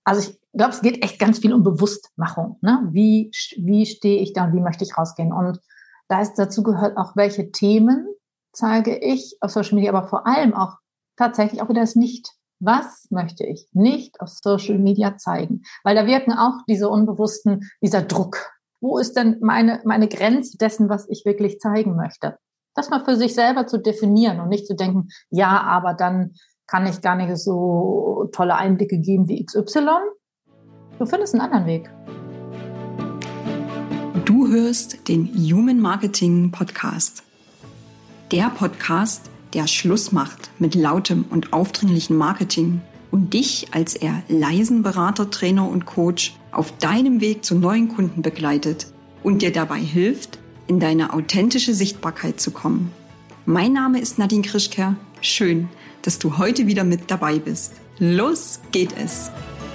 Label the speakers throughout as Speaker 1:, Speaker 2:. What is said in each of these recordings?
Speaker 1: Also ich glaube, es geht echt ganz viel um Bewusstmachung. Ne? Wie stehe ich da und wie möchte ich rausgehen? Und dazu gehört auch, welche Themen zeige ich auf Social Media, aber vor allem auch tatsächlich auch wieder das Nicht. Was möchte ich nicht auf Social Media zeigen? Weil da wirken auch dieser Druck. Wo ist denn meine Grenze dessen, was ich wirklich zeigen möchte? Das mal für sich selber zu definieren und nicht zu denken, ja, aber dann kann ich gar nicht so tolle Einblicke geben wie XY. Du findest einen anderen Weg.
Speaker 2: Du hörst den Human Marketing Podcast. Der Podcast, der Schluss macht mit lautem und aufdringlichen Marketing und dich als eher leisen Berater, Trainer und Coach auf deinem Weg zu neuen Kunden begleitet und dir dabei hilft, in deine authentische Sichtbarkeit zu kommen. Mein Name ist Nadine Krischker. Schön, dass du heute wieder mit dabei bist. Los geht es!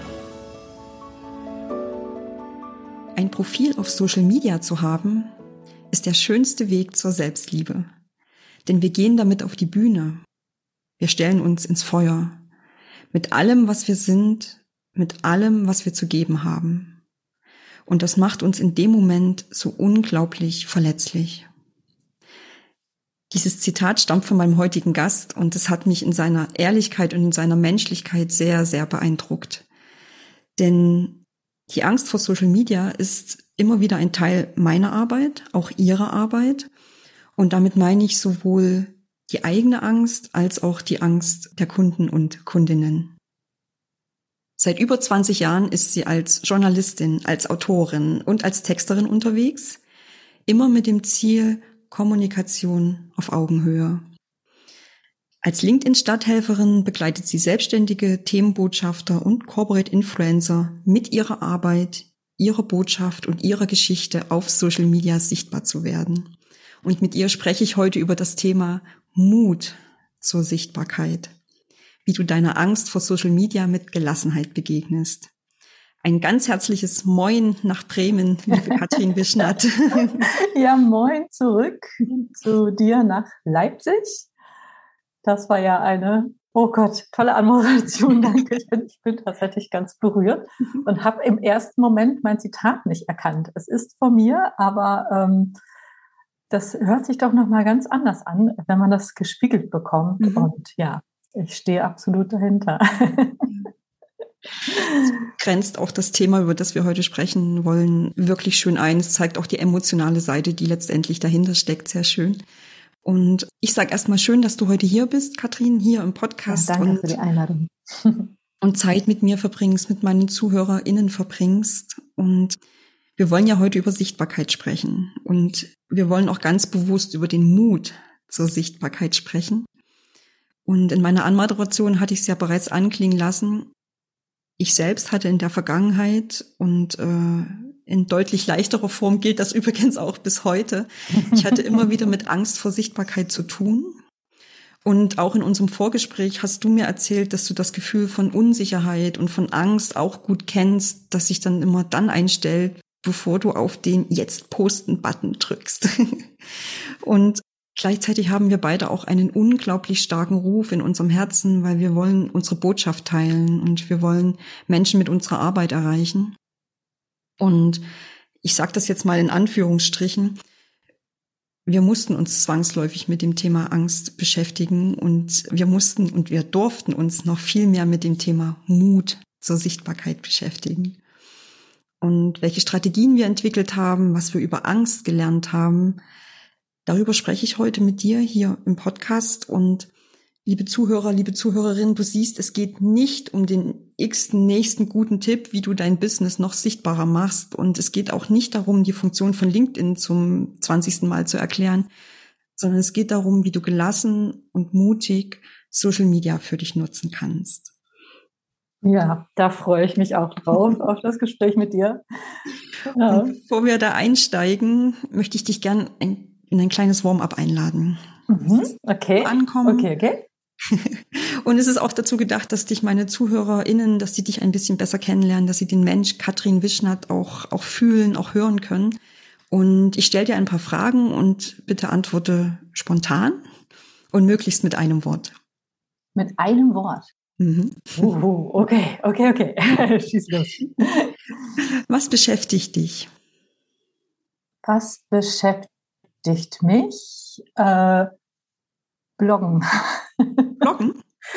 Speaker 2: Ein Profil auf Social Media zu haben, ist der schönste Weg zur Selbstliebe. Denn wir gehen damit auf die Bühne. Wir stellen uns ins Feuer. Mit allem, was wir sind, mit allem, was wir zu geben haben. Und das macht uns in dem Moment so unglaublich verletzlich. Dieses Zitat stammt von meinem heutigen Gast und es hat mich in seiner Ehrlichkeit und in seiner Menschlichkeit sehr, sehr beeindruckt. Denn die Angst vor Social Media ist immer wieder ein Teil meiner Arbeit, auch ihrer Arbeit. Und damit meine ich sowohl die eigene Angst als auch die Angst der Kunden und Kundinnen. Seit über 20 Jahren ist sie als Journalistin, als Autorin und als Texterin unterwegs, immer mit dem Ziel, Kommunikation auf Augenhöhe. Als LinkedIn-Stadthelferin begleitet sie Selbstständige, Themenbotschafter und Corporate Influencer mit ihrer Arbeit, ihrer Botschaft und ihrer Geschichte auf Social Media sichtbar zu werden. Und mit ihr spreche ich heute über das Thema Mut zur Sichtbarkeit, wie du deiner Angst vor Social Media mit Gelassenheit begegnest. Ein ganz herzliches Moin nach Bremen, liebe Katrin Wischnath.
Speaker 1: Ja, moin zurück zu dir nach Leipzig. Das war ja oh Gott, tolle Anmoderation, danke. Ich bin tatsächlich ganz berührt und habe im ersten Moment mein Zitat nicht erkannt. Es ist von mir, aber das hört sich doch nochmal ganz anders an, wenn man das gespiegelt bekommt. Und ja, ich stehe absolut dahinter.
Speaker 2: Es grenzt auch das Thema, über das wir heute sprechen wollen, wirklich schön ein. Es zeigt auch die emotionale Seite, die letztendlich dahinter steckt, sehr schön. Und ich sage erstmal schön, dass du heute hier bist, Katrin, hier im Podcast.
Speaker 1: Ja, danke für die Einladung.
Speaker 2: Und Zeit mit mir verbringst, mit meinen ZuhörerInnen verbringst. Und wir wollen ja heute über Sichtbarkeit sprechen. Und wir wollen auch ganz bewusst über den Mut zur Sichtbarkeit sprechen. Und in meiner Anmoderation hatte ich es ja bereits anklingen lassen. Ich selbst hatte in der Vergangenheit und in deutlich leichterer Form gilt das übrigens auch bis heute. Ich hatte immer wieder mit Angst vor Sichtbarkeit zu tun. Und auch in unserem Vorgespräch hast du mir erzählt, dass du das Gefühl von Unsicherheit und von Angst auch gut kennst, das sich dann immer dann einstellt, bevor du auf den Jetzt-Posten-Button drückst. Und gleichzeitig haben wir beide auch einen unglaublich starken Ruf in unserem Herzen, weil wir wollen unsere Botschaft teilen und wir wollen Menschen mit unserer Arbeit erreichen. Und ich sage das jetzt mal in Anführungsstrichen, wir mussten uns zwangsläufig mit dem Thema Angst beschäftigen und wir durften uns noch viel mehr mit dem Thema Mut zur Sichtbarkeit beschäftigen. Und welche Strategien wir entwickelt haben, was wir über Angst gelernt haben, darüber spreche ich heute mit dir hier im Podcast. Und liebe Zuhörer, liebe Zuhörerinnen, du siehst, es geht nicht um den nächsten guten Tipp, wie du dein Business noch sichtbarer machst. Und es geht auch nicht darum, die Funktion von LinkedIn zum 20. Mal zu erklären, sondern es geht darum, wie du gelassen und mutig Social Media für dich nutzen kannst.
Speaker 1: Ja, da freue ich mich auch drauf, auf das Gespräch mit dir. Ja.
Speaker 2: Und bevor wir da einsteigen, möchte ich dich gern in ein kleines Warm-up einladen.
Speaker 1: Okay.
Speaker 2: Ankommen.
Speaker 1: Okay.
Speaker 2: Und es ist auch dazu gedacht, dass dich meine ZuhörerInnen, dass sie dich ein bisschen besser kennenlernen, dass sie den Mensch Katrin Wischnath auch fühlen, auch hören können. Und ich stelle dir ein paar Fragen und bitte antworte spontan und möglichst mit einem Wort.
Speaker 1: Mit einem Wort? Okay. Schieß los.
Speaker 2: Was beschäftigt dich?
Speaker 1: Was beschäftigt mich? Bloggen.
Speaker 2: Bloggen?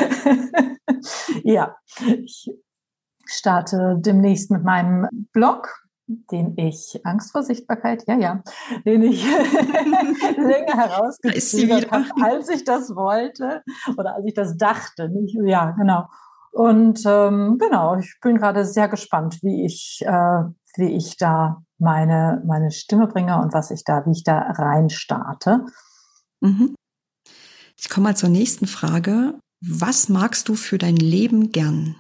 Speaker 1: Ja, ich starte demnächst mit meinem Blog, den ich Angst vor Sichtbarkeit, den ich länger herausgezögert habe, als ich das wollte oder als ich das dachte. Ja, genau. Und genau, ich bin gerade sehr gespannt, wie ich da meine Stimme bringe und wie ich da rein starte.
Speaker 2: Ich komme mal zur nächsten Frage. Was magst du für dein Leben gern?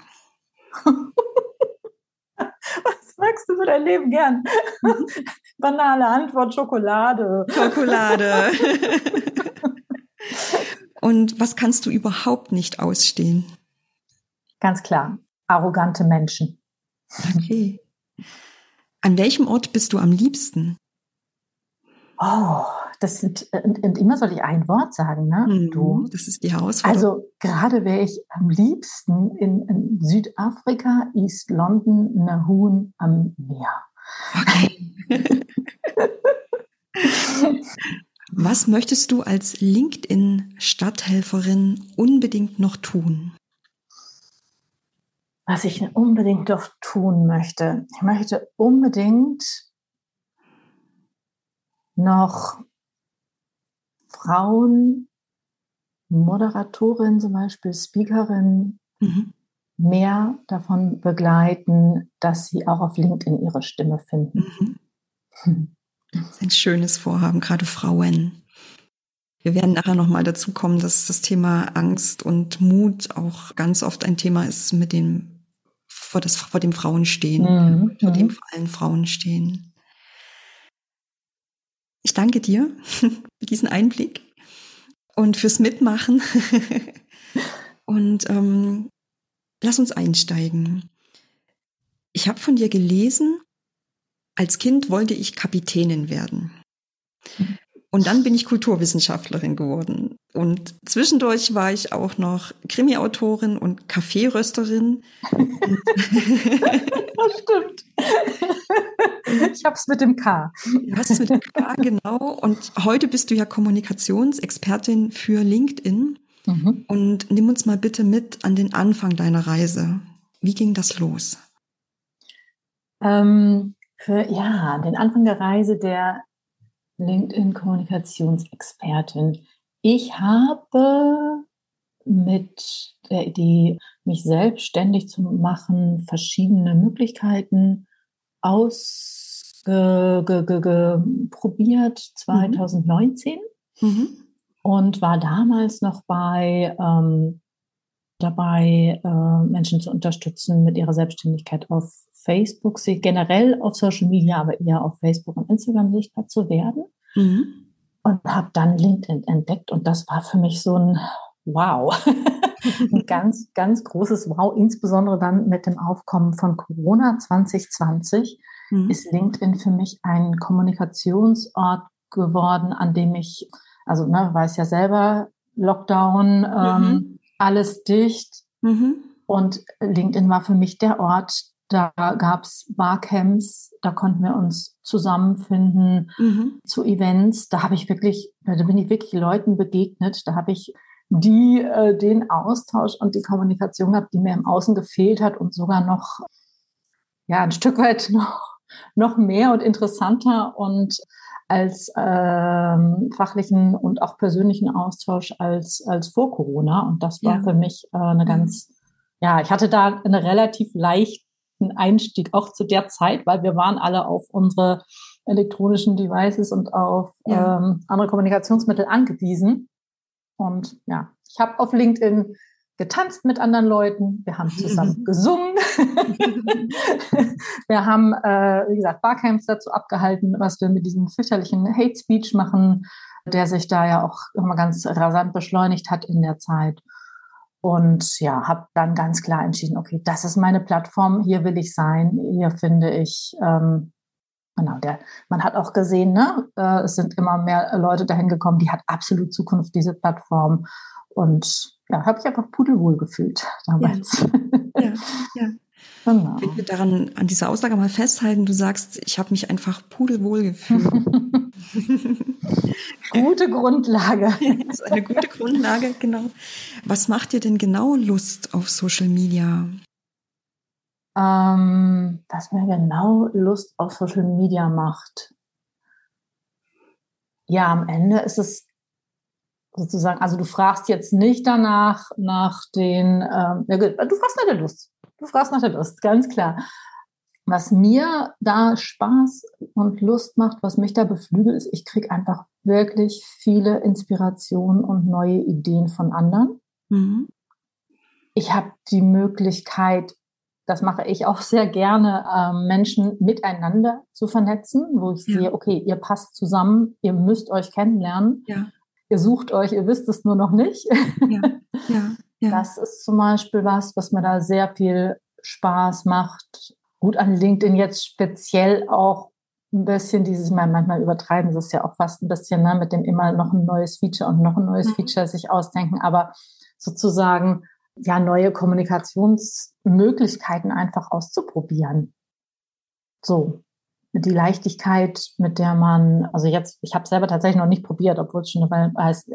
Speaker 1: Was magst du für dein Leben gern? Banale Antwort, Schokolade.
Speaker 2: Schokolade. Und was kannst du überhaupt nicht ausstehen?
Speaker 1: Ganz klar, arrogante Menschen.
Speaker 2: Okay. An welchem Ort bist du am liebsten?
Speaker 1: Oh, das sind, immer soll ich ein Wort sagen, ne? Du.
Speaker 2: Das ist die Herausforderung.
Speaker 1: Also gerade wäre ich am liebsten in Südafrika, East London, Nahoon am Meer.
Speaker 2: Okay. Was möchtest du als LinkedIn-Stadthelferin unbedingt noch tun?
Speaker 1: Was ich unbedingt doch tun möchte. Ich möchte unbedingt noch Frauen, Moderatorinnen zum Beispiel, Speakerinnen, mehr davon begleiten, dass sie auch auf LinkedIn ihre Stimme finden.
Speaker 2: Das ist ein schönes Vorhaben, gerade Frauen. Wir werden nachher nochmal dazu kommen, dass das Thema Angst und Mut auch ganz oft ein Thema ist, mit dem vor dem Frauen stehen, vor dem vor allen Frauen stehen. Ich danke dir für diesen Einblick und fürs Mitmachen. Und lass uns einsteigen. Ich habe von dir gelesen, als Kind wollte ich Kapitänin werden. Und dann bin ich Kulturwissenschaftlerin geworden. Und zwischendurch war ich auch noch Krimi-Autorin und Kaffeerösterin.
Speaker 1: Das stimmt. Ich hab's mit dem K.
Speaker 2: Du hast es mit dem K, genau. Und heute bist du ja Kommunikationsexpertin für LinkedIn. Und nimm uns mal bitte mit an den Anfang deiner Reise. Wie ging das los?
Speaker 1: Den Anfang der Reise der LinkedIn-Kommunikationsexpertin. Ich habe mit der Idee, mich selbstständig zu machen, verschiedene Möglichkeiten probiert 2019 und war damals noch dabei, Menschen zu unterstützen mit ihrer Selbstständigkeit auf Facebook, sie generell auf Social Media, aber eher auf Facebook und Instagram sichtbar zu werden. Und habe dann LinkedIn entdeckt und das war für mich so ein Wow, ein ganz, ganz großes Wow, insbesondere dann mit dem Aufkommen von Corona 2020 ist LinkedIn für mich ein Kommunikationsort geworden, an dem ich, also weiß ja selber, Lockdown, alles dicht und LinkedIn war für mich der Ort. Da gab's Barcamps, da konnten wir uns zusammenfinden zu Events. Da bin ich wirklich Leuten begegnet. Da habe ich den Austausch und die Kommunikation gehabt, die mir im Außen gefehlt hat und sogar noch ein Stück weit noch mehr und interessanter und als fachlichen und auch persönlichen Austausch als vor Corona. Und das war für mich eine ganz, ich hatte da eine relativ leichten Einstieg auch zu der Zeit, weil wir waren alle auf unsere elektronischen Devices und auf andere Kommunikationsmittel angewiesen. Und ich habe auf LinkedIn getanzt mit anderen Leuten, wir haben zusammen gesungen, wir haben, wie gesagt, Barcamps dazu abgehalten, was wir mit diesem fürchterlichen Hate Speech machen, der sich da ja auch immer ganz rasant beschleunigt hat in der Zeit. Und habe dann ganz klar entschieden, okay, das ist meine Plattform, hier will ich sein, hier finde ich, man hat auch gesehen, es sind immer mehr Leute dahin gekommen, die hat absolut Zukunft, diese Plattform. Und ja, habe ich einfach pudelwohl gefühlt damals.
Speaker 2: Ja, ja.
Speaker 1: Genau.
Speaker 2: Wenn wir daran, an dieser Aussage mal festhalten, du sagst, ich habe mich einfach pudelwohl gefühlt.
Speaker 1: Gute Grundlage.
Speaker 2: Das ist eine gute Grundlage, genau. Was macht dir denn genau Lust auf Social Media?
Speaker 1: Was mir genau Lust auf Social Media macht. Ja, am Ende ist es sozusagen, also du fragst jetzt nicht danach, nach den, ja, du fragst nach der Lust. Du fragst nach der Lust, ganz klar. Was mir da Spaß und Lust macht, was mich da beflügelt, ist, ich kriege einfach wirklich viele Inspirationen und neue Ideen von anderen.
Speaker 2: Mhm.
Speaker 1: Ich habe die Möglichkeit, das mache ich auch sehr gerne, Menschen miteinander zu vernetzen, wo ich sehe, okay, ihr passt zusammen, ihr müsst euch kennenlernen, ihr sucht euch, ihr wisst es nur noch nicht.
Speaker 2: Ja.
Speaker 1: Das ist zum Beispiel was mir da sehr viel Spaß macht. Gut, an LinkedIn jetzt speziell auch ein bisschen dieses, manchmal übertreiben sie es ja auch fast ein bisschen, ne, mit dem immer noch ein neues Feature und noch ein neues Feature sich ausdenken, aber sozusagen ja neue Kommunikationsmöglichkeiten einfach auszuprobieren. So, die Leichtigkeit, mit der man, also jetzt, ich habe selber tatsächlich noch nicht probiert, obwohl es schon eine Weile heißt,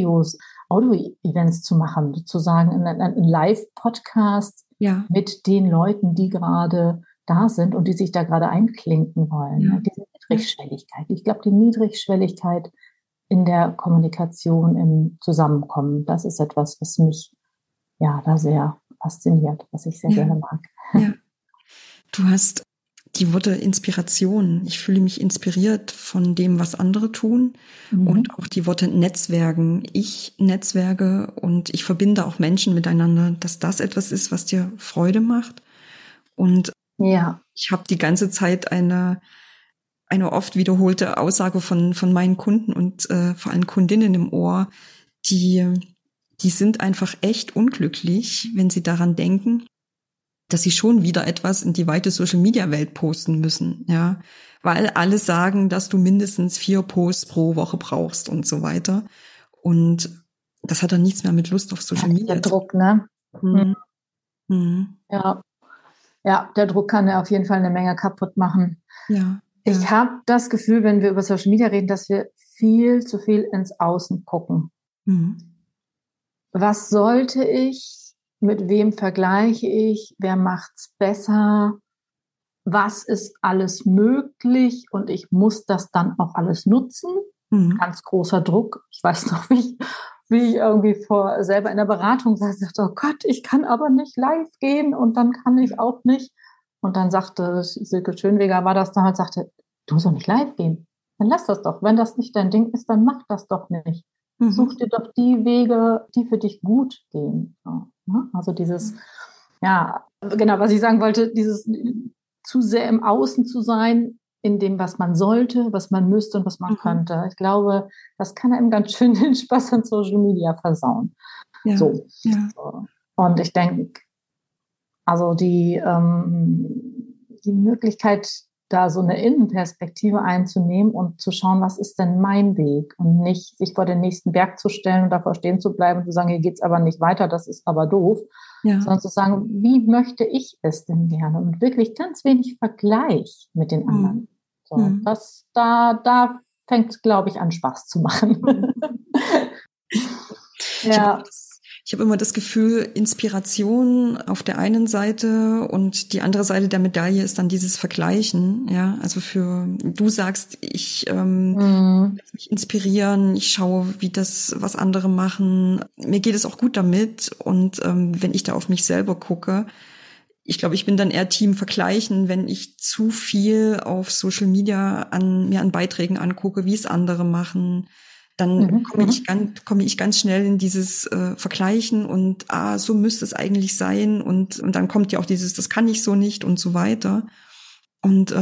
Speaker 1: Audio-Events zu machen, sozusagen ein Live-Podcast mit den Leuten, die gerade da sind und die sich da gerade einklinken wollen. Ja. Diese Niedrigschwelligkeit. Ich glaube, die Niedrigschwelligkeit in der Kommunikation, im Zusammenkommen, das ist etwas, was mich ja da sehr fasziniert, was ich sehr gerne mag.
Speaker 2: Ja. Du hast die Worte Inspiration. Ich fühle mich inspiriert von dem, was andere tun. Und auch die Worte Netzwerken. Ich netzwerke und ich verbinde auch Menschen miteinander, dass das etwas ist, was dir Freude macht. Und ich habe die ganze Zeit eine oft wiederholte Aussage von meinen Kunden und vor allem Kundinnen im Ohr, die sind einfach echt unglücklich, wenn sie daran denken, dass sie schon wieder etwas in die weite Social-Media-Welt posten müssen, ja, weil alle sagen, dass du mindestens 4 Posts pro Woche brauchst und so weiter. Und das hat dann nichts mehr mit Lust auf Social Media.
Speaker 1: Der Druck, ne? Ja, der Druck kann ja auf jeden Fall eine Menge kaputt machen.
Speaker 2: Ja.
Speaker 1: Ich habe das Gefühl, wenn wir über Social Media reden, dass wir viel zu viel ins Außen gucken. Was sollte ich? Mit wem vergleiche ich? Wer macht's besser? Was ist alles möglich? Und ich muss das dann auch alles nutzen. Ganz großer Druck. Ich weiß noch, wie ich irgendwie selber in der Beratung saß, sagte, oh Gott, ich kann aber nicht live gehen und dann kann ich auch nicht. Und dann sagte Silke Schönweger, war das damals, sagte, du musst doch nicht live gehen. Dann lass das doch. Wenn das nicht dein Ding ist, dann mach das doch nicht. Such dir doch die Wege, die für dich gut gehen. Also dieses, ja, genau, was ich sagen wollte, dieses zu sehr im Außen zu sein, in dem, was man sollte, was man müsste und was man könnte. Ich glaube, das kann einem ganz schön den Spaß an Social Media versauen. So. Und ich denke, also die Möglichkeit, da so eine Innenperspektive einzunehmen und zu schauen, was ist denn mein Weg und nicht sich vor den nächsten Berg zu stellen und davor stehen zu bleiben und zu sagen, hier geht's aber nicht weiter, das ist aber doof, sondern zu sagen, wie möchte ich es denn gerne und wirklich ganz wenig Vergleich mit den anderen. So, da fängt es, glaube ich, an Spaß zu machen.
Speaker 2: Ich habe immer das Gefühl, Inspiration auf der einen Seite und die andere Seite der Medaille ist dann dieses Vergleichen. Ja, also du sagst, ich lass mich inspirieren, ich schaue, was andere machen. Mir geht es auch gut damit und wenn ich da auf mich selber gucke, ich glaube, ich bin dann eher Team Vergleichen, wenn ich zu viel auf Social Media mir an Beiträgen angucke, wie es andere machen. Dann komme ich ganz schnell in dieses Vergleichen und so müsste es eigentlich sein und dann kommt ja auch dieses, das kann ich so nicht und so weiter. Und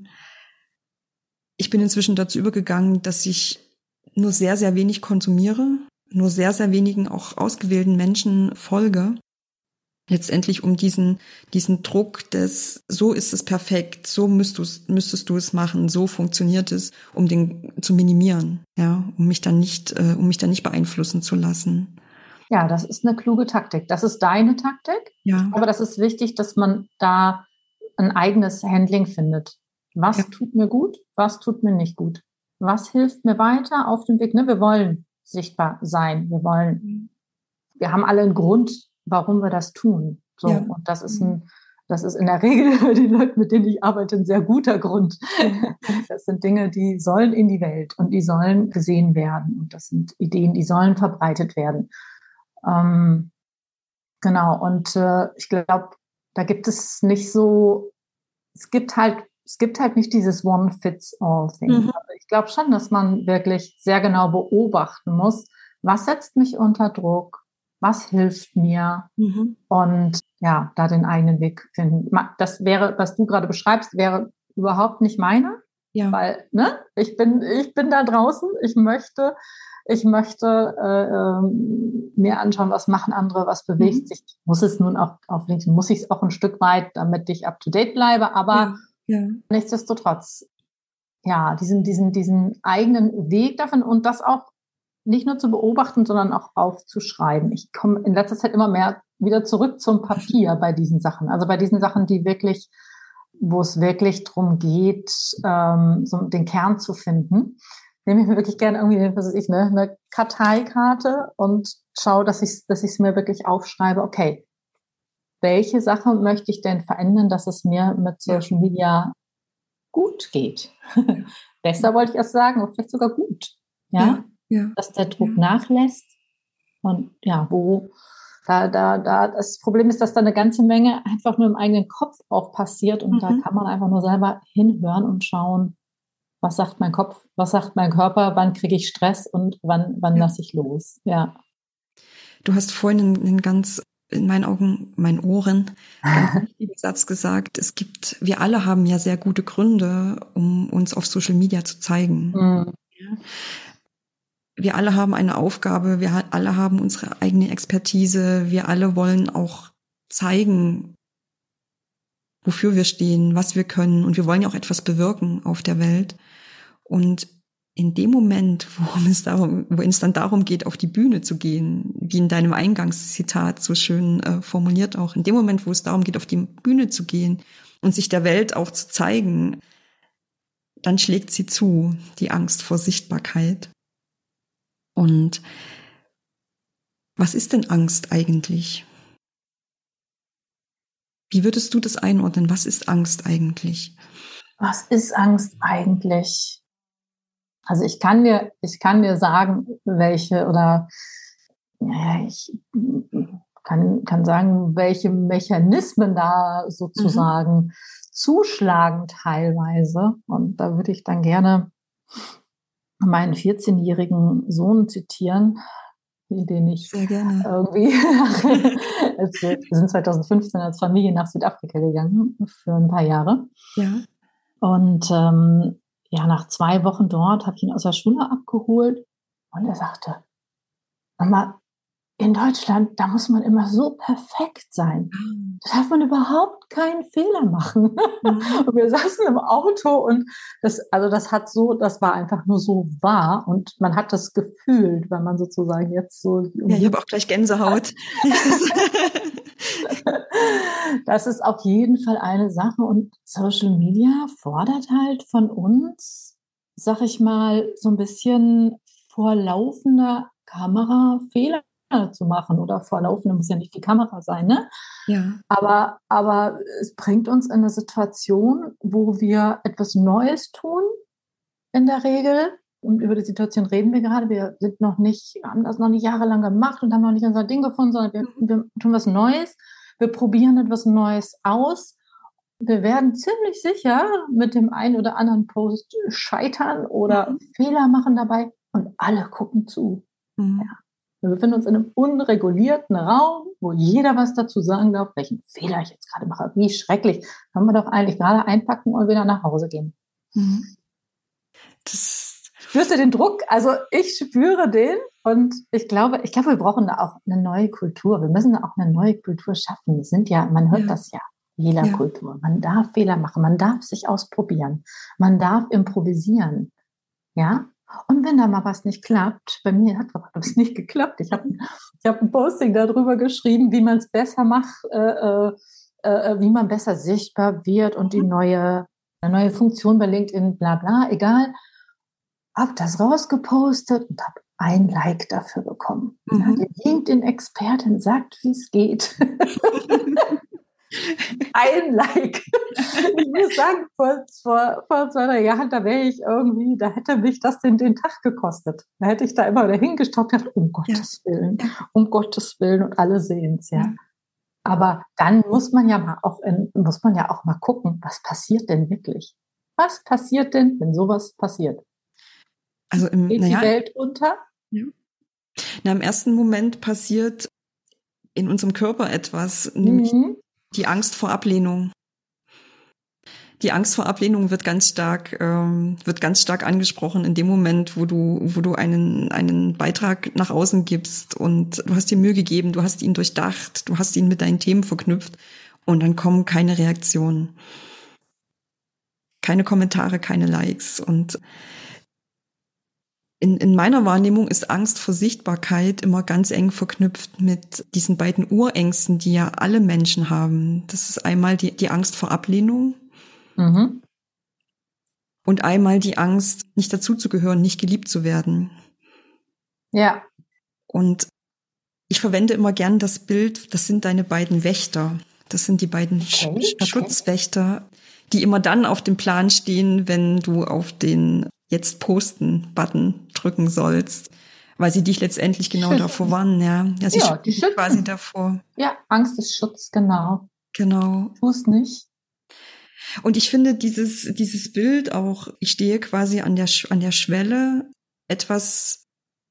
Speaker 2: ich bin inzwischen dazu übergegangen, dass ich nur sehr, sehr wenig konsumiere, nur sehr, sehr wenigen auch ausgewählten Menschen folge. Letztendlich um diesen Druck des, so ist es perfekt, so müsstest du es machen, so funktioniert es, um den zu minimieren, ja, um mich dann nicht beeinflussen zu lassen.
Speaker 1: Ja, das ist eine kluge Taktik. Das ist deine Taktik.
Speaker 2: Ja.
Speaker 1: Aber das ist wichtig, dass man da ein eigenes Handling findet. Was tut mir gut? Was tut mir nicht gut? Was hilft mir weiter auf dem Weg? Ne, wir wollen sichtbar sein. Wir haben alle einen Grund, warum wir das tun. So.
Speaker 2: Ja.
Speaker 1: Und das ist in der Regel bei den Leuten, mit denen ich arbeite, ein sehr guter Grund. Das sind Dinge, die sollen in die Welt und die sollen gesehen werden. Und das sind Ideen, die sollen verbreitet werden. Genau. Und ich glaube, da gibt es nicht so, es gibt halt nicht dieses One-Fits-All-Thing.
Speaker 2: Mhm.
Speaker 1: Also ich glaube schon, dass man wirklich sehr genau beobachten muss, was setzt mich unter Druck, was hilft mir und ja, da den eigenen Weg finden. Das wäre, was du gerade beschreibst, wäre überhaupt nicht meine, weil ne, ich bin da draußen, ich möchte mir anschauen, was machen andere, was bewegt sich. Ich muss es nun auch auf LinkedIn, muss ich es auch ein Stück weit, damit ich up to date bleibe, aber nichtsdestotrotz, ja, diesen eigenen Weg davon und das auch nicht nur zu beobachten, sondern auch aufzuschreiben. Ich komme in letzter Zeit immer mehr wieder zurück zum Papier bei diesen Sachen. Also bei diesen Sachen, wo es wirklich darum geht, so den Kern zu finden. Nehme ich mir wirklich gerne irgendwie, was weiß ich, eine Karteikarte und schaue, dass ich es mir wirklich aufschreibe. Okay, welche Sache möchte ich denn verändern, dass es mir mit Social Media gut geht? Besser wollte ich erst sagen, oder vielleicht sogar gut. Ja. Dass der Druck nachlässt und ja, das Problem ist, dass da eine ganze Menge einfach nur im eigenen Kopf auch passiert und da kann man einfach nur selber hinhören und schauen, was sagt mein Kopf, was sagt mein Körper, wann kriege ich Stress und wann lasse ich los. Ja.
Speaker 2: Du hast vorhin einen ganz, in meinen Augen, meinen Ohren, ganz wichtigen Satz gesagt. Wir alle haben ja sehr gute Gründe, um uns auf Social Media zu zeigen. Ja. Wir alle haben eine Aufgabe, wir alle haben unsere eigene Expertise, wir alle wollen auch zeigen, wofür wir stehen, was wir können und wir wollen ja auch etwas bewirken auf der Welt. Und in dem Moment, wo es dann darum geht, auf die Bühne zu gehen, wie in deinem Eingangszitat so schön formuliert auch, in dem Moment, wo es darum geht, auf die Bühne zu gehen und sich der Welt auch zu zeigen, dann schlägt sie zu, die Angst vor Sichtbarkeit. Und was ist denn Angst eigentlich? Wie würdest du das einordnen? Was ist Angst eigentlich?
Speaker 1: Was ist Angst eigentlich? Also ich kann dir sagen, welche oder ja, ich kann sagen, welche Mechanismen da sozusagen zuschlagen teilweise. Und da würde ich dann gerne meinen 14-jährigen Sohn zitieren, den ich irgendwie, wir sind 2015 als Familie nach Südafrika gegangen für ein paar Jahre.
Speaker 2: Ja.
Speaker 1: Und nach 2 Wochen dort habe ich ihn aus der Schule abgeholt und er sagte, Mama, in Deutschland, da muss man immer so perfekt sein. Da darf man überhaupt keinen Fehler machen. Und wir saßen im Auto und das war einfach nur so wahr und man hat das gefühlt, wenn man sozusagen jetzt so.
Speaker 2: Ja, ich habe auch gleich Gänsehaut.
Speaker 1: Das ist auf jeden Fall eine Sache und Social Media fordert halt von uns, sag ich mal, so ein bisschen vor laufender Kamera Fehler zu machen oder vor laufender muss ja nicht die Kamera sein, ne?
Speaker 2: Ja.
Speaker 1: Aber es bringt uns in eine Situation, wo wir etwas Neues tun, in der Regel. Und über die Situation reden wir gerade. Wir haben das noch nicht jahrelang gemacht und haben noch nicht unser Ding gefunden, sondern wir tun was Neues. Wir probieren etwas Neues aus. Wir werden ziemlich sicher mit dem einen oder anderen Post scheitern oder Fehler machen dabei und alle gucken zu. Ja. Wir befinden uns in einem unregulierten Raum, wo jeder was dazu sagen darf, welchen Fehler ich jetzt gerade mache. Wie schrecklich. Können wir doch eigentlich gerade einpacken und wieder nach Hause gehen. Spürst du den Druck? Also ich spüre den und ich glaube, wir brauchen da auch eine neue Kultur. Wir müssen da auch eine neue Kultur schaffen. Man hört das ja, Fehlerkultur. Man darf Fehler machen, man darf sich ausprobieren, man darf improvisieren. Ja? Und wenn da mal was nicht klappt, bei mir hat es nicht geklappt. Ich hab ein Posting darüber geschrieben, wie man es besser macht, wie man besser sichtbar wird und eine neue Funktion bei LinkedIn, bla bla, egal. Hab das rausgepostet und habe ein Like dafür bekommen. Ja, die LinkedIn-Expertin sagt, wie es geht. Ein Like. Ich muss sagen, vor 2-3 Jahren, da wäre ich irgendwie, da hätte mich das den Tag gekostet. Da hätte ich da immer wieder hingestoppt und gedacht, um Gottes Willen, um Gottes Willen, und alle sehen es, ja. Aber dann muss man ja auch mal gucken, was passiert denn wirklich? Was passiert denn, wenn sowas passiert?
Speaker 2: Also
Speaker 1: geht die Welt unter?
Speaker 2: Ja. Im ersten Moment passiert in unserem Körper etwas, nämlich die Angst vor Ablehnung. Die Angst vor Ablehnung wird ganz stark angesprochen in dem Moment, wo du einen Beitrag nach außen gibst und du hast dir Mühe gegeben, du hast ihn durchdacht, du hast ihn mit deinen Themen verknüpft und dann kommen keine Reaktionen, keine Kommentare, keine Likes. Und in meiner Wahrnehmung ist Angst vor Sichtbarkeit immer ganz eng verknüpft mit diesen beiden Urängsten, die ja alle Menschen haben. Das ist einmal die Angst vor Ablehnung und einmal die Angst, nicht dazuzugehören, nicht geliebt zu werden.
Speaker 1: Ja.
Speaker 2: Und ich verwende immer gern das Bild, das sind deine beiden Wächter. Das sind die beiden Schutzwächter, die immer dann auf dem Plan stehen, wenn du auf den Jetzt posten-Button drücken sollst, weil sie dich letztendlich genau davor warnen, ja. Ja, sie schützen dich quasi davor.
Speaker 1: Ja, Angst ist Schutz, genau.
Speaker 2: Genau.
Speaker 1: Tu es nicht.
Speaker 2: Und ich finde dieses Bild auch, ich stehe quasi an der Schwelle, etwas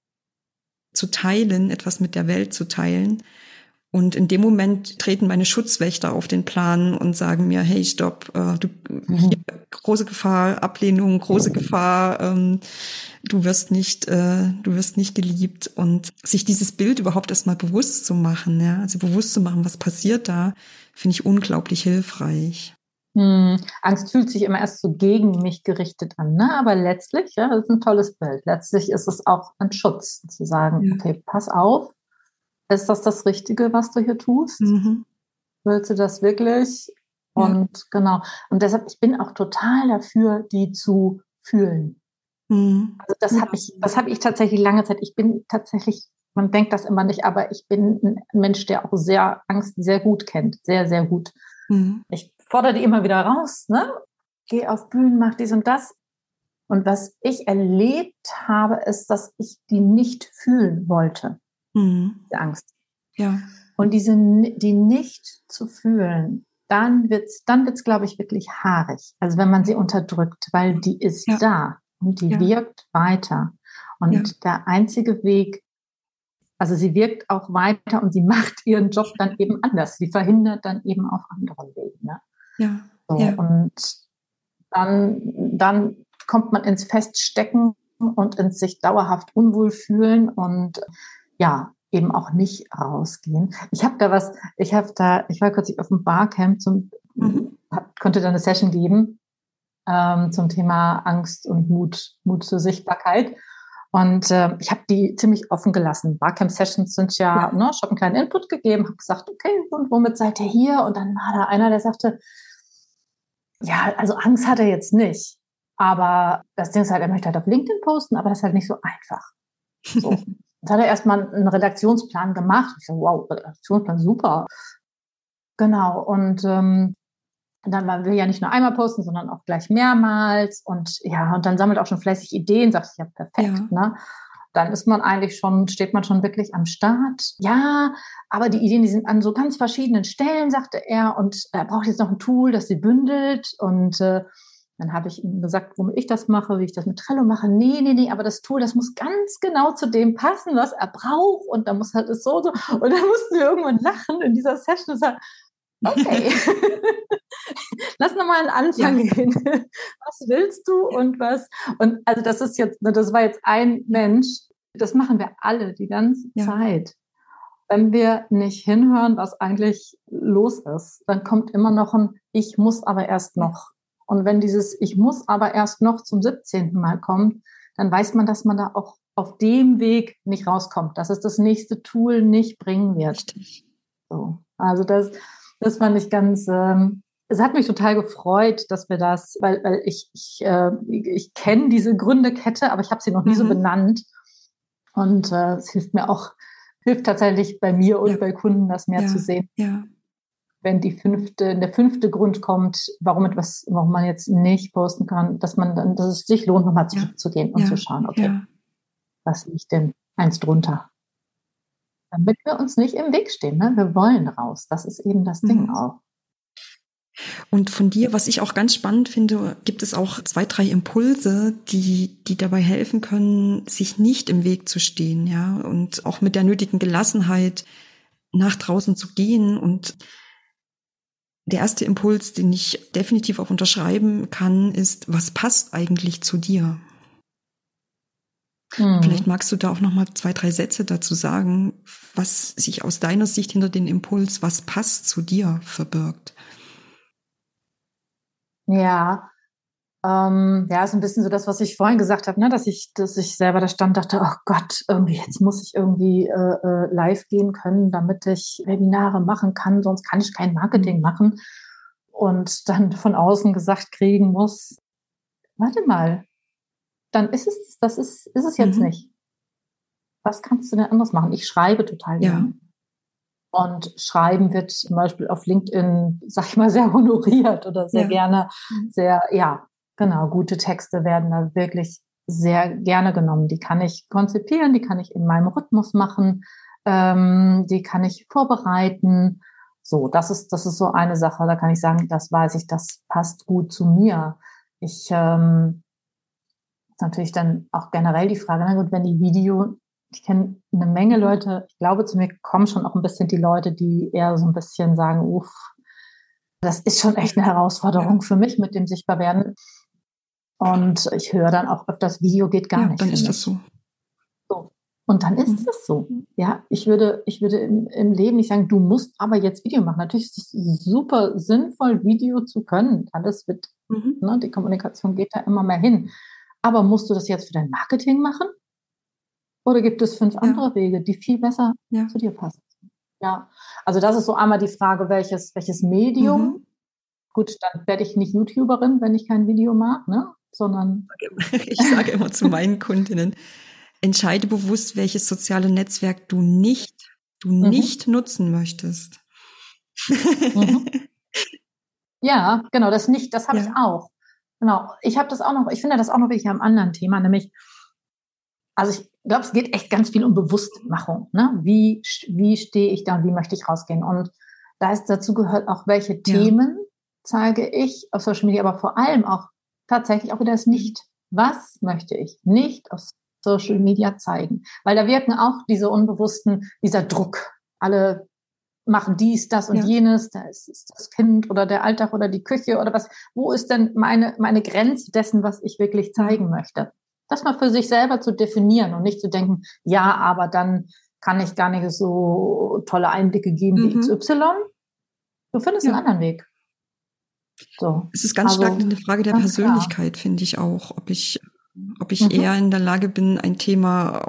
Speaker 2: zu teilen, etwas mit der Welt zu teilen. Und in dem Moment treten meine Schutzwächter auf den Plan und sagen mir, hey, stopp, hier, große Gefahr, Ablehnung, große Gefahr, du wirst nicht geliebt. Und sich dieses Bild überhaupt erstmal bewusst zu machen, ja, also bewusst zu machen, was passiert da, finde ich unglaublich hilfreich.
Speaker 1: Angst fühlt sich immer erst so gegen mich gerichtet an, ne? Aber letztlich, ja, das ist ein tolles Bild. Letztlich ist es auch ein Schutz, zu sagen, okay, pass auf, ist das Richtige, was du hier tust? Willst du das wirklich? Und genau. Und deshalb, ich bin auch total dafür, die zu fühlen. Also das habe ich tatsächlich lange Zeit. Ich bin tatsächlich, man denkt das immer nicht, aber ich bin ein Mensch, der auch Angst sehr gut kennt. Sehr, sehr gut. Ich fordere die immer wieder raus, ne? Geh auf Bühnen, mach dies und das. Und was ich erlebt habe, ist, dass ich die nicht fühlen wollte. Die Angst.
Speaker 2: Ja.
Speaker 1: Und die nicht zu fühlen, dann wird's, glaube ich, wirklich haarig. Also wenn man sie unterdrückt, weil die ist da und die wirkt weiter. Und der einzige Weg, also sie wirkt auch weiter und sie macht ihren Job dann eben anders. Sie verhindert dann eben auf anderen Wegen. Ne?
Speaker 2: Ja.
Speaker 1: So, und dann kommt man ins Feststecken und ins sich dauerhaft unwohl fühlen und eben auch nicht rausgehen. Ich war kürzlich auf dem Barcamp konnte da eine Session geben zum Thema Angst und Mut zur Sichtbarkeit. Und ich habe die ziemlich offen gelassen. Barcamp-Sessions sind ich habe einen kleinen Input gegeben, habe gesagt, okay, und womit seid ihr hier? Und dann war da einer, der sagte, ja, also Angst hat er jetzt nicht. Aber das Ding ist halt, er möchte halt auf LinkedIn posten, aber das ist halt nicht so einfach. So. Jetzt hat er erstmal einen Redaktionsplan gemacht. Ich so, wow, Redaktionsplan, super. Genau. Und dann man will ja nicht nur einmal posten, sondern auch gleich mehrmals. Und und dann sammelt auch schon fleißig Ideen, sagt ja, perfekt, ne? Dann steht man schon wirklich am Start. Ja, aber die Ideen, die sind an so ganz verschiedenen Stellen, sagte er. Und er braucht jetzt noch ein Tool, das sie bündelt. Und dann habe ich ihm gesagt, womit ich das mache, wie ich das mit Trello mache. Nee, aber das Tool, das muss ganz genau zu dem passen, was er braucht. Und da muss halt es so. Und dann mussten wir irgendwann lachen in dieser Session und sagen, okay, lass nochmal einen Anfang gehen. Was willst du und was? Und also das war jetzt ein Mensch. Das machen wir alle die ganze Zeit. Wenn wir nicht hinhören, was eigentlich los ist, dann kommt immer noch ein Ich muss aber erst noch. Und wenn dieses Ich muss aber erst noch zum 17. Mal kommt, dann weiß man, dass man da auch auf dem Weg nicht rauskommt, dass es das nächste Tool nicht bringen wird.
Speaker 2: Richtig.
Speaker 1: So. Also das fand ich ganz, es hat mich total gefreut, dass wir das, weil ich kenne diese Gründekette, aber ich habe sie noch nie so benannt. Und es hilft tatsächlich bei mir und bei Kunden, das mehr zu sehen.
Speaker 2: Ja.
Speaker 1: Wenn der fünfte Grund kommt, warum man jetzt nicht posten kann, dass es sich lohnt, nochmal zurückzugehen und zu schauen, okay, was liegt denn eins drunter? Damit wir uns nicht im Weg stehen, ne? Wir wollen raus. Das ist eben das Ding auch.
Speaker 2: Und von dir, was ich auch ganz spannend finde, gibt es auch 2, 3 Impulse, die dabei helfen können, sich nicht im Weg zu stehen, ja, und auch mit der nötigen Gelassenheit nach draußen zu gehen. Und der erste Impuls, den ich definitiv auch unterschreiben kann, ist, was passt eigentlich zu dir? Vielleicht magst du da auch noch mal 2, 3 Sätze dazu sagen, was sich aus deiner Sicht hinter den Impuls, was passt zu dir, verbirgt.
Speaker 1: Ja, ist ein bisschen so das, was ich vorhin gesagt habe, ne, dass ich selber da stand, dachte, oh Gott, irgendwie jetzt muss ich irgendwie live gehen können, damit ich Webinare machen kann, sonst kann ich kein Marketing machen. Und dann von außen gesagt kriegen muss, warte mal, dann ist es jetzt nicht. Was kannst du denn anders machen? Ich schreibe total gerne. Und Schreiben wird zum Beispiel auf LinkedIn, sag ich mal, sehr honoriert oder sehr gerne, gute Texte werden da wirklich sehr gerne genommen. Die kann ich konzipieren, die kann ich in meinem Rhythmus machen, die kann ich vorbereiten. So, das ist so eine Sache, da kann ich sagen, das weiß ich, das passt gut zu mir. Natürlich dann auch generell die Frage, na gut, wenn ich kenne eine Menge Leute, ich glaube, zu mir kommen schon auch ein bisschen die Leute, die eher so ein bisschen sagen, das ist schon echt eine Herausforderung für mich mit dem Sichtbarwerden. Und ich höre dann auch öfters, Video geht gar nicht.
Speaker 2: Dann ist das so.
Speaker 1: Und dann ist es so. Ja, ich würde im Leben nicht sagen, du musst aber jetzt Video machen. Natürlich ist es super sinnvoll, Video zu können. Alles wird, die Kommunikation geht da immer mehr hin. Aber musst du das jetzt für dein Marketing machen? Oder gibt es 5 andere Wege, die viel besser zu dir passen? Ja, also das ist so einmal die Frage, welches Medium. Gut, dann werde ich nicht YouTuberin, wenn ich kein Video mag, ne? Sondern
Speaker 2: ich sage immer zu meinen Kundinnen, entscheide bewusst, welches soziale Netzwerk du nicht nutzen möchtest.
Speaker 1: Ja, genau, das habe ich auch. Genau, ich habe das auch noch, ich finde das auch noch wirklich am anderen Thema, nämlich, also ich glaube, es geht echt ganz viel um Bewusstmachung, ne? Wie stehe ich da und wie möchte ich rausgehen? Und dazu gehört auch, welche Themen zeige ich auf Social Media, aber vor allem auch tatsächlich auch wieder das Nicht. Was möchte ich nicht auf Social Media zeigen? Weil da wirken auch dieser Druck. Alle machen dies, das und jenes, da ist das Kind oder der Alltag oder die Küche oder was. Wo ist denn meine Grenze dessen, was ich wirklich zeigen möchte? Das mal für sich selber zu definieren und nicht zu denken, ja, aber dann kann ich gar nicht so tolle Einblicke geben wie XY. Du findest einen anderen Weg. So.
Speaker 2: Es ist ganz stark eine Frage der Persönlichkeit, finde ich auch, ob ich eher in der Lage bin, ein Thema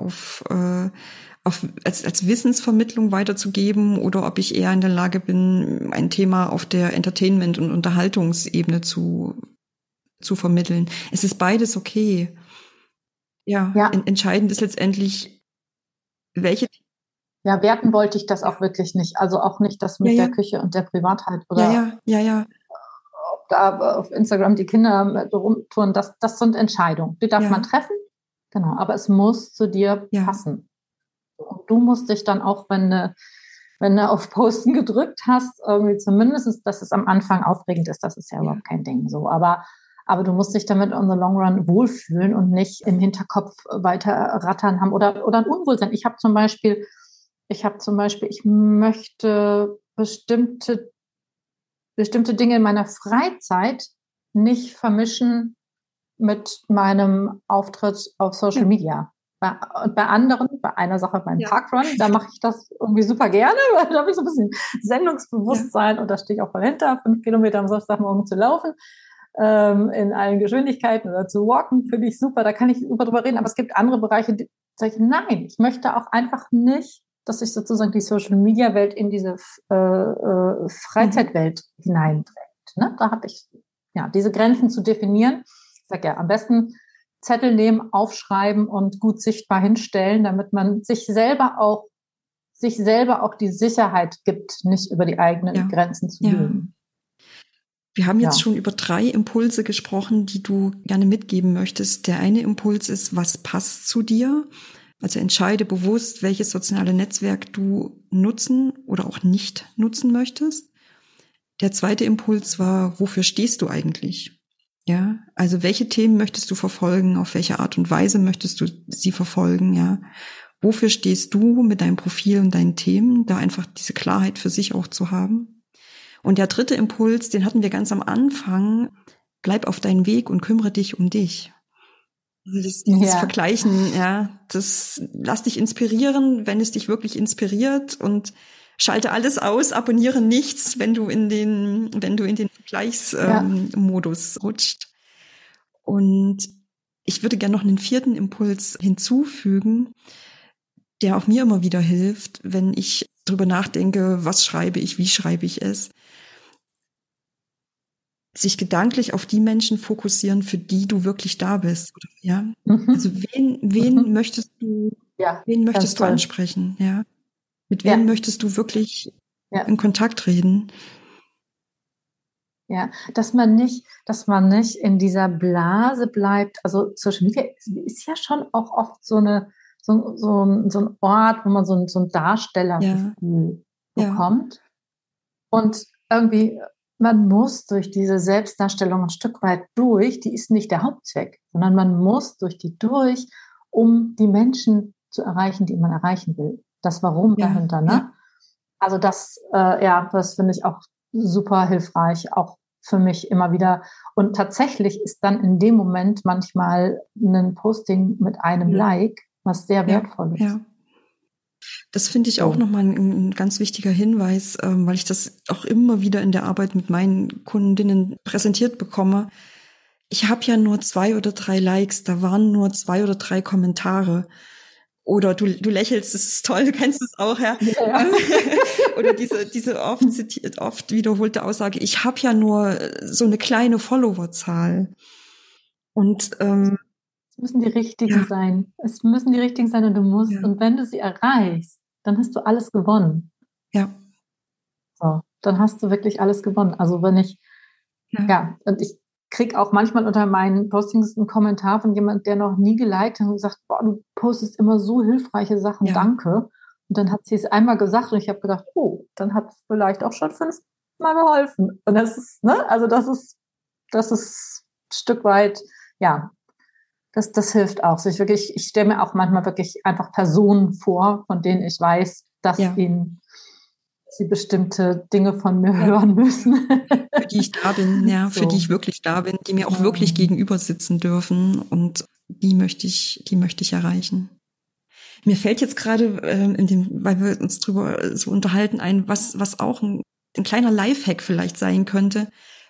Speaker 2: als Wissensvermittlung weiterzugeben oder ob ich eher in der Lage bin, ein Thema auf der Entertainment- und Unterhaltungsebene zu vermitteln. Es ist beides okay. Entscheidend ist letztendlich, welche.
Speaker 1: Ja, werten wollte ich das auch wirklich nicht. Also auch nicht das mit der Küche und der Privatheit oder ob da auf Instagram die Kinder rumtun. Das sind Entscheidungen. Die darf man treffen. Genau. Aber es muss zu dir passen. Und du musst dich dann auch, wenn du auf Posten gedrückt hast, irgendwie zumindest, dass es am Anfang aufregend ist, das ist ja überhaupt kein Ding so. Aber du musst dich damit on the long run wohlfühlen und nicht im Hinterkopf weiter rattern haben oder ein Unwohlsein. Ich möchte bestimmte Dinge in meiner Freizeit nicht vermischen mit meinem Auftritt auf Social Media. Bei einer Sache beim Parkrun, da mache ich das irgendwie super gerne, weil da habe ich so ein bisschen Sendungsbewusstsein und da stehe ich auch voll hinter, 5 Kilometer am Samstagmorgen zu laufen. in allen Geschwindigkeiten oder zu walken, finde ich super, da kann ich super drüber reden, aber es gibt andere Bereiche, die sage ich, nein, ich möchte auch einfach nicht, dass sich sozusagen die Social-Media-Welt in diese Freizeitwelt hineindrängt. Ne? Da habe ich, ja, diese Grenzen zu definieren. Ich sage ja, am besten Zettel nehmen, aufschreiben und gut sichtbar hinstellen, damit man sich selber auch die Sicherheit gibt, nicht über die eigenen Grenzen zu gehen.
Speaker 2: Wir haben jetzt schon über 3 Impulse gesprochen, die du gerne mitgeben möchtest. Der eine Impuls ist, was passt zu dir? Also entscheide bewusst, welches soziale Netzwerk du nutzen oder auch nicht nutzen möchtest. Der zweite Impuls war, wofür stehst du eigentlich? Ja, also welche Themen möchtest du verfolgen? Auf welche Art und Weise möchtest du sie verfolgen? Ja, wofür stehst du mit deinem Profil und deinen Themen? Da einfach diese Klarheit für sich auch zu haben. Und der dritte Impuls, den hatten wir ganz am Anfang, bleib auf deinem Weg und kümmere dich um dich. Dieses Vergleichen, das lass dich inspirieren, wenn es dich wirklich inspiriert, und schalte alles aus, abonniere nichts, wenn du in den Vergleichsmodus rutscht. Und ich würde gerne noch einen 4. Impuls hinzufügen, der auch mir immer wieder hilft, wenn ich drüber nachdenke, was schreibe ich, wie schreibe ich es. Sich gedanklich auf die Menschen fokussieren, für die du wirklich da bist. Ja? Also wen möchtest du ansprechen? Ja? Mit wem möchtest du wirklich in Kontakt reden?
Speaker 1: Ja, dass man nicht in dieser Blase bleibt. Also Social Media ist ja schon auch oft so ein Ort, wo man so ein Darstellergefühl bekommt. Und irgendwie, man muss durch diese Selbstdarstellung ein Stück weit durch, die ist nicht der Hauptzweck, sondern man muss durch die durch, um die Menschen zu erreichen, die man erreichen will. Das Warum dahinter, ne? Ja. Also das finde ich auch super hilfreich, auch für mich immer wieder. Und tatsächlich ist dann in dem Moment manchmal ein Posting mit einem Like, was sehr wertvoll ist.
Speaker 2: Ja. Das finde ich auch nochmal ein ganz wichtiger Hinweis, weil ich das auch immer wieder in der Arbeit mit meinen Kundinnen präsentiert bekomme. Ich habe ja nur 2 oder 3 Likes, da waren nur 2 oder 3 Kommentare. Oder du lächelst, das ist toll, du kennst es auch, ja. Oder diese oft wiederholte Aussage, ich habe ja nur so eine kleine Followerzahl. Und
Speaker 1: es müssen die richtigen sein. Es müssen die richtigen sein, und du musst, und wenn du sie erreichst, dann hast du alles gewonnen.
Speaker 2: Ja.
Speaker 1: So, dann hast du wirklich alles gewonnen. Also wenn ich, und ich kriege auch manchmal unter meinen Postings einen Kommentar von jemand, der noch nie geliked hat und gesagt, boah, du postest immer so hilfreiche Sachen, danke. Und dann hat sie es einmal gesagt und ich habe gedacht, oh, dann hat es vielleicht auch schon 5 Mal geholfen. Und das ist, also das ist ein Stück weit, das hilft auch. Ich stelle mir auch manchmal wirklich einfach Personen vor, von denen ich weiß, dass sie bestimmte Dinge von mir hören müssen.
Speaker 2: Für die ich da bin, für die ich wirklich da bin, die mir auch wirklich gegenüber sitzen dürfen, und die möchte ich erreichen. Mir fällt jetzt gerade weil wir uns drüber so unterhalten, ein, was auch ein kleiner Lifehack vielleicht sein könnte,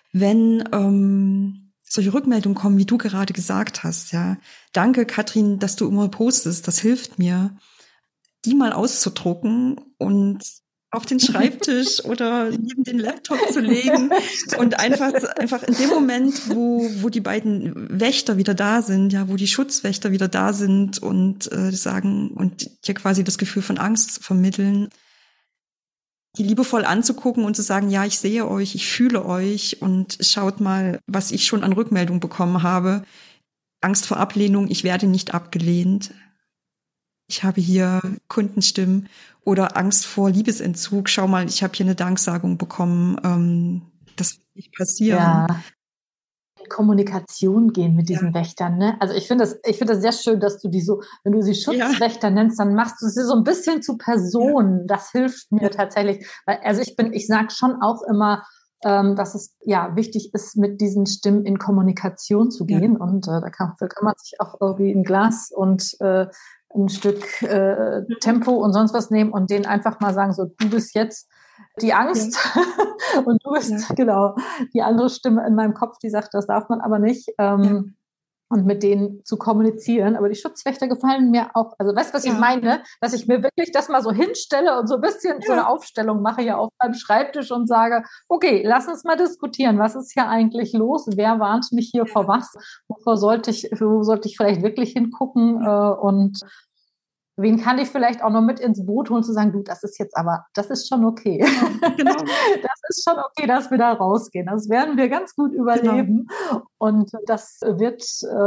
Speaker 2: wenn solche Rückmeldungen kommen, wie du gerade gesagt hast, Danke, Katrin, dass du immer postest, das hilft mir, die mal auszudrucken und auf den Schreibtisch oder neben den Laptop zu legen und einfach in dem Moment, wo die beiden Wächter wieder da sind, wo die Schutzwächter wieder da sind und sagen und dir quasi das Gefühl von Angst vermitteln, die liebevoll anzugucken und zu sagen, ja, ich sehe euch, ich fühle euch, und schaut mal, was ich schon an Rückmeldung bekommen habe. Angst vor Ablehnung, ich werde nicht abgelehnt. Ich habe hier Kundenstimmen. Oder Angst vor Liebesentzug. Schau mal, ich habe hier eine Danksagung bekommen. Das wird nicht passieren.
Speaker 1: Ja. In Kommunikation gehen mit diesen Wächtern, ne? Also ich finde das sehr schön, dass du die so, wenn du sie Schutzwächter nennst, dann machst du sie so ein bisschen zu Personen. Das hilft mir tatsächlich. Also ich sage schon auch immer, dass es wichtig ist, mit diesen Stimmen in Kommunikation zu gehen. Und da kann man sich auch irgendwie ein Glas und ein Stück Tempo und sonst was nehmen und denen einfach mal sagen, so, du bist jetzt die Angst und du bist genau die andere Stimme in meinem Kopf, die sagt, das darf man aber nicht. Und mit denen zu kommunizieren. Aber die Schutzwächter gefallen mir auch. Also weißt du, was ich meine? Dass ich mir wirklich das mal so hinstelle und so ein bisschen so eine Aufstellung mache hier auf meinem Schreibtisch und sage, okay, lass uns mal diskutieren. Was ist hier eigentlich los? Wer warnt mich hier vor was? Wo sollte ich vielleicht wirklich hingucken? Und wen kann ich vielleicht auch noch mit ins Boot holen, zu sagen, du, das ist schon okay. Genau. Das ist schon okay, dass wir da rausgehen. Das werden wir ganz gut überleben. Genau. Und das wird,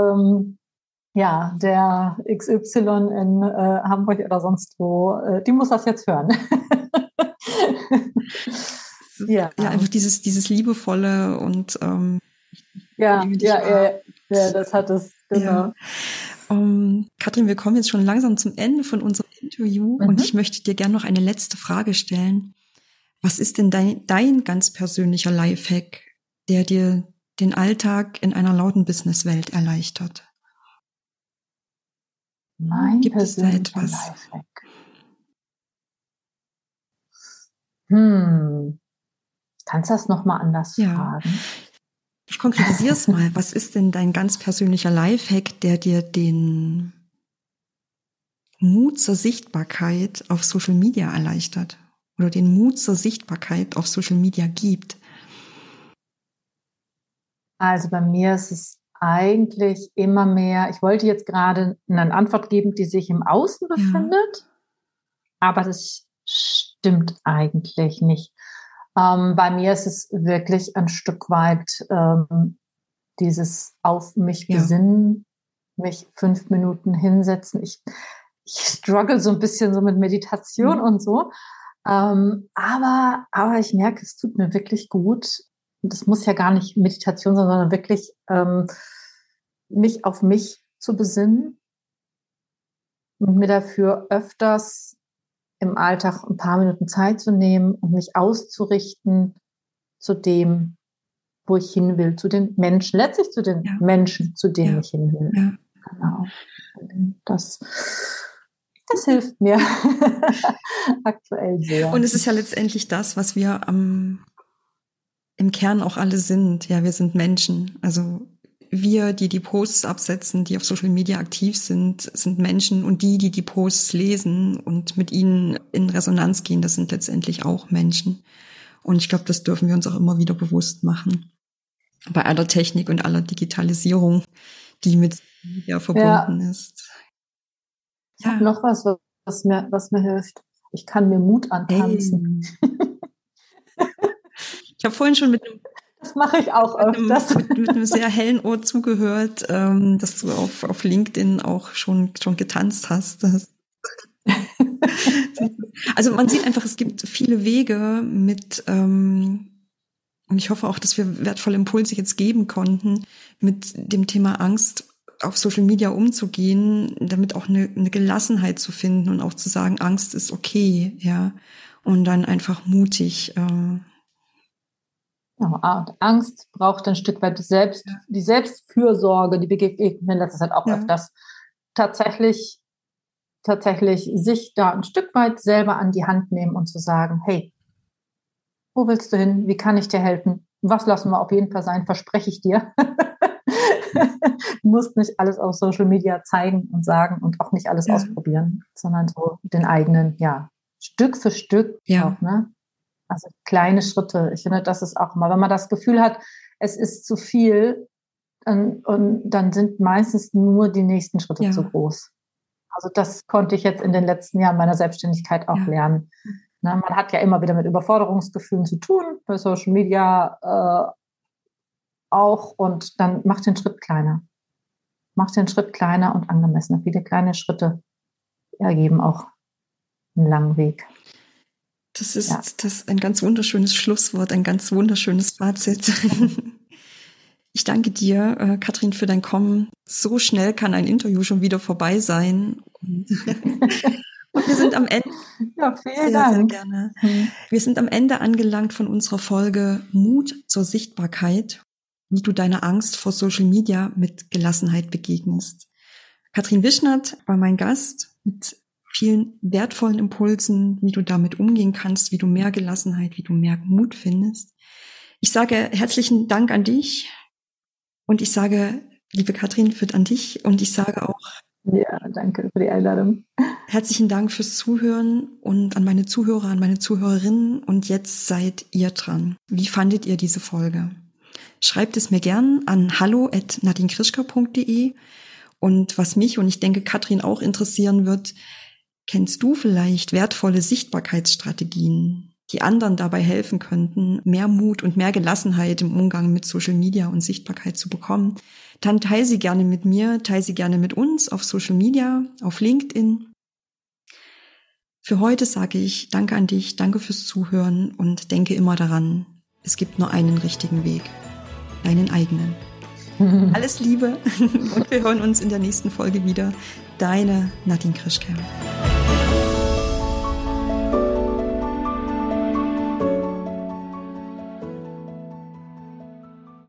Speaker 1: der XY in Hamburg oder sonst wo, die muss das jetzt hören.
Speaker 2: Einfach dieses liebevolle und
Speaker 1: das hat es, genau.
Speaker 2: Ja. Katrin, wir kommen jetzt schon langsam zum Ende von unserem Interview und ich möchte dir gerne noch eine letzte Frage stellen. Was ist denn dein ganz persönlicher Lifehack, der dir den Alltag in einer lauten Businesswelt erleichtert?
Speaker 1: Gibt es da etwas? Lifehack? Kannst du das nochmal anders fragen?
Speaker 2: Ich konkretisiere es mal. Was ist denn dein ganz persönlicher Lifehack, der dir den Mut zur Sichtbarkeit auf Social Media erleichtert? Oder den Mut zur Sichtbarkeit auf Social Media gibt?
Speaker 1: Also bei mir ist es eigentlich immer mehr, ich wollte jetzt gerade eine Antwort geben, die sich im Außen befindet, aber das stimmt eigentlich nicht. Bei mir ist es wirklich ein Stück weit dieses auf mich besinnen, mich 5 Minuten hinsetzen. Ich struggle so ein bisschen so mit Meditation und so. Aber ich merke, es tut mir wirklich gut. Und das muss ja gar nicht Meditation sein, sondern wirklich mich auf mich zu besinnen und mir dafür öfters im Alltag ein paar Minuten Zeit zu nehmen und mich auszurichten zu dem, wo ich hin will, zu den Menschen, letztlich zu den Menschen, zu denen ich hin will. Ja. Genau. Das hilft mir aktuell sehr.
Speaker 2: Und es ist ja letztendlich das, was wir im Kern auch alle sind. Ja, wir sind Menschen. Also wir, die Posts absetzen, die auf Social Media aktiv sind Menschen, und die Posts lesen und mit ihnen in Resonanz gehen, das sind letztendlich auch Menschen. Und ich glaube, das dürfen wir uns auch immer wieder bewusst machen. Bei aller Technik und aller Digitalisierung, die mit Media verbunden ist.
Speaker 1: Ich habe noch was mir hilft. Ich kann mir Mut antanzen.
Speaker 2: Ich habe vorhin schon
Speaker 1: das mache ich auch öfters.
Speaker 2: Mit einem sehr hellen Ohr zugehört, dass du auf LinkedIn auch schon getanzt hast. Also man sieht einfach, es gibt viele Wege und ich hoffe auch, dass wir wertvolle Impulse jetzt geben konnten, mit dem Thema Angst auf Social Media umzugehen, damit auch eine Gelassenheit zu finden und auch zu sagen, Angst ist okay, und dann einfach mutig.
Speaker 1: Angst braucht ein Stück weit die Selbstfürsorge, die begegne ich in letzter Zeit auch öfters. Tatsächlich sich da ein Stück weit selber an die Hand nehmen und zu sagen, hey, wo willst du hin? Wie kann ich dir helfen? Was lassen wir auf jeden Fall sein, verspreche ich dir. Du musst nicht alles auf Social Media zeigen und sagen und auch nicht alles ausprobieren, sondern so den eigenen, Stück für Stück auch, ne? Also kleine Schritte. Ich finde, das ist auch mal, wenn man das Gefühl hat, es ist zu viel, und dann sind meistens nur die nächsten Schritte zu groß. Also das konnte ich jetzt in den letzten Jahren meiner Selbstständigkeit auch lernen. Na, man hat ja immer wieder mit Überforderungsgefühlen zu tun, bei Social Media auch, und dann mach den Schritt kleiner. Mach den Schritt kleiner und angemessener. Viele kleine Schritte ergeben auch einen langen Weg.
Speaker 2: Das ist ein ganz wunderschönes Schlusswort, ein ganz wunderschönes Fazit. Ich danke dir, Katrin, für dein Kommen. So schnell kann ein Interview schon wieder vorbei sein. Und wir sind am Ende.
Speaker 1: Ja, vielen Dank.
Speaker 2: Sehr gerne. Wir sind am Ende angelangt von unserer Folge Mut zur Sichtbarkeit, wie du deiner Angst vor Social Media mit Gelassenheit begegnest. Katrin Wischnert war mein Gast mit vielen wertvollen Impulsen, wie du damit umgehen kannst, wie du mehr Gelassenheit, wie du mehr Mut findest. Ich sage herzlichen Dank an dich und ich sage, liebe Katrin, an dich und ich sage auch,
Speaker 1: ja, danke für die Einladung.
Speaker 2: Herzlichen Dank fürs Zuhören und an meine Zuhörer, an meine Zuhörerinnen. Und jetzt seid ihr dran. Wie fandet ihr diese Folge? Schreibt es mir gern an hallo@nadinkrischka.de. Und was mich und ich denke Katrin auch interessieren wird, kennst du vielleicht wertvolle Sichtbarkeitsstrategien, die anderen dabei helfen könnten, mehr Mut und mehr Gelassenheit im Umgang mit Social Media und Sichtbarkeit zu bekommen? Dann teile sie gerne mit mir, teile sie gerne mit uns auf Social Media, auf LinkedIn. Für heute sage ich Danke an dich, danke fürs Zuhören und denke immer daran, es gibt nur einen richtigen Weg, deinen eigenen. Alles Liebe und wir hören uns in der nächsten Folge wieder. Deine Nadine Krischka.